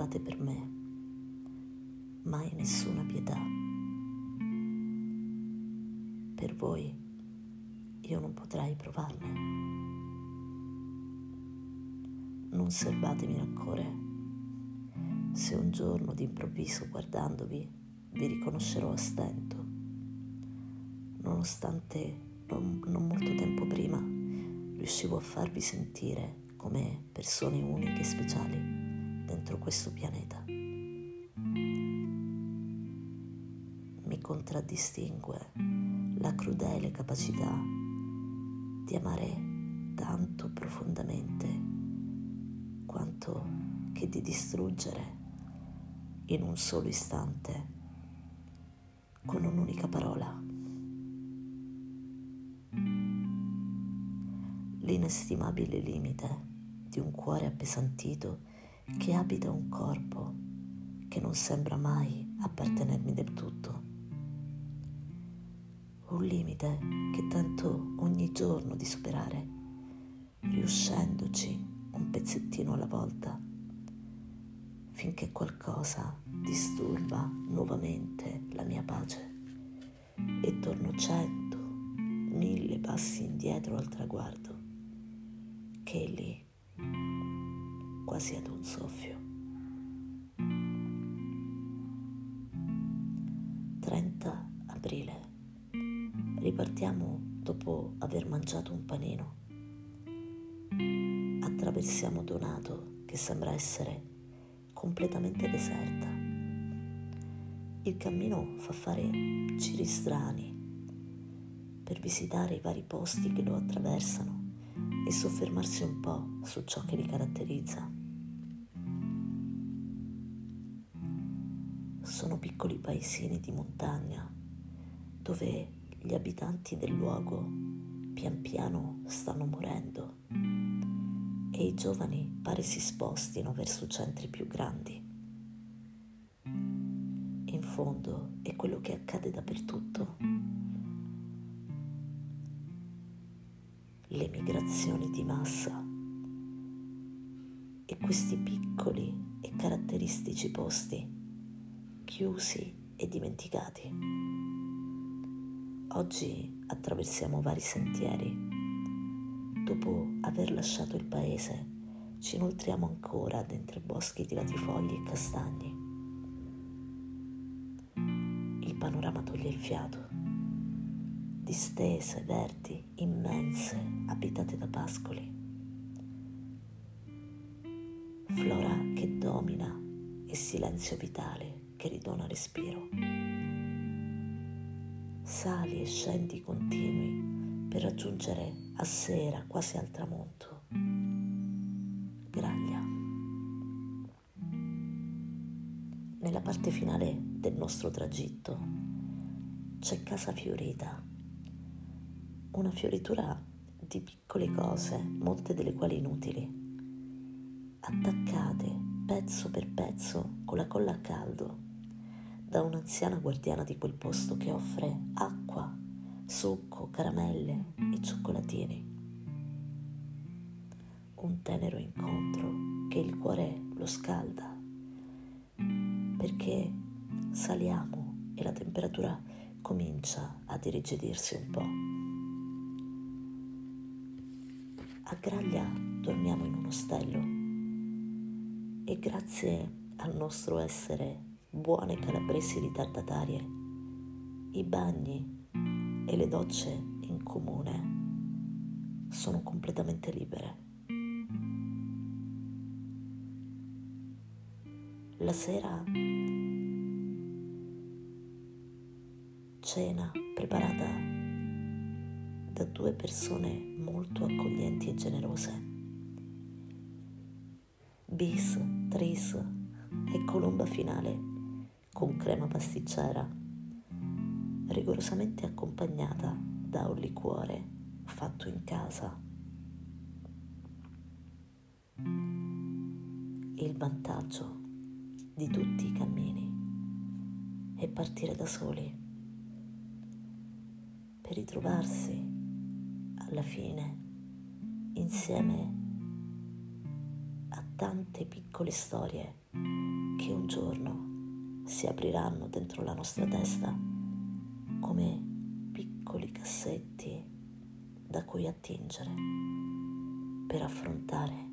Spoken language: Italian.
provate per me, mai nessuna pietà. Per voi io non potrei provarne. Non servatemi rancore, se un giorno d'improvviso guardandovi vi riconoscerò a stento, nonostante non molto tempo prima riuscivo a farvi sentire come persone uniche e speciali dentro questo pianeta. Mi contraddistingue la crudele capacità di amare tanto profondamente quanto che di distruggere in un solo istante con un'unica parola. L'inestimabile limite di un cuore appesantito che abita un corpo che non sembra mai appartenermi del tutto. Un limite che tento ogni giorno di superare, riuscendoci un pezzettino alla volta, finché qualcosa disturba nuovamente la mia pace e torno 100, 1000 passi indietro al traguardo, che è lì, quasi ad un soffio. 30 aprile. Ripartiamo dopo aver mangiato un panino. Attraversiamo Donato, che sembra essere completamente deserta. Il cammino fa fare giri strani per visitare i vari posti che lo attraversano e soffermarsi un po' su ciò che li caratterizza. Sono piccoli paesini di montagna dove gli abitanti del luogo pian piano stanno morendo e i giovani pare si spostino verso centri più grandi. In fondo è quello che accade dappertutto. Le migrazioni di massa e questi piccoli e caratteristici posti chiusi e dimenticati. Oggi attraversiamo vari sentieri. Dopo aver lasciato il paese, ci nutriamo ancora dentro i boschi di latifogli e castagni. Il panorama toglie il fiato. Distese, verdi, immense, abitate da pascoli. Flora che domina e silenzio vitale che ridona respiro. Sali e scendi continui per raggiungere a sera, quasi al tramonto, Graglia. Nella parte finale del nostro tragitto c'è Casa Fiorita, una fioritura di piccole cose, molte delle quali inutili, attaccate pezzo per pezzo con la colla a caldo da un'anziana guardiana di quel posto che offre acqua, succo, caramelle e cioccolatini. Un tenero incontro che il cuore lo scalda, perché saliamo e la temperatura comincia ad irrigidirsi un po'. A Graglia dormiamo in un ostello e grazie al nostro essere buone calabresi ritardatarie, i bagni e le docce in comune sono completamente libere. La sera cena preparata da 2 persone molto accoglienti e generose. Bis, tris e colomba finale con crema pasticcera, rigorosamente accompagnata da un liquore fatto in casa. Il vantaggio di tutti i cammini è partire da soli per ritrovarsi alla fine insieme a tante piccole storie che un giorno si apriranno dentro la nostra testa come piccoli cassetti da cui attingere per affrontare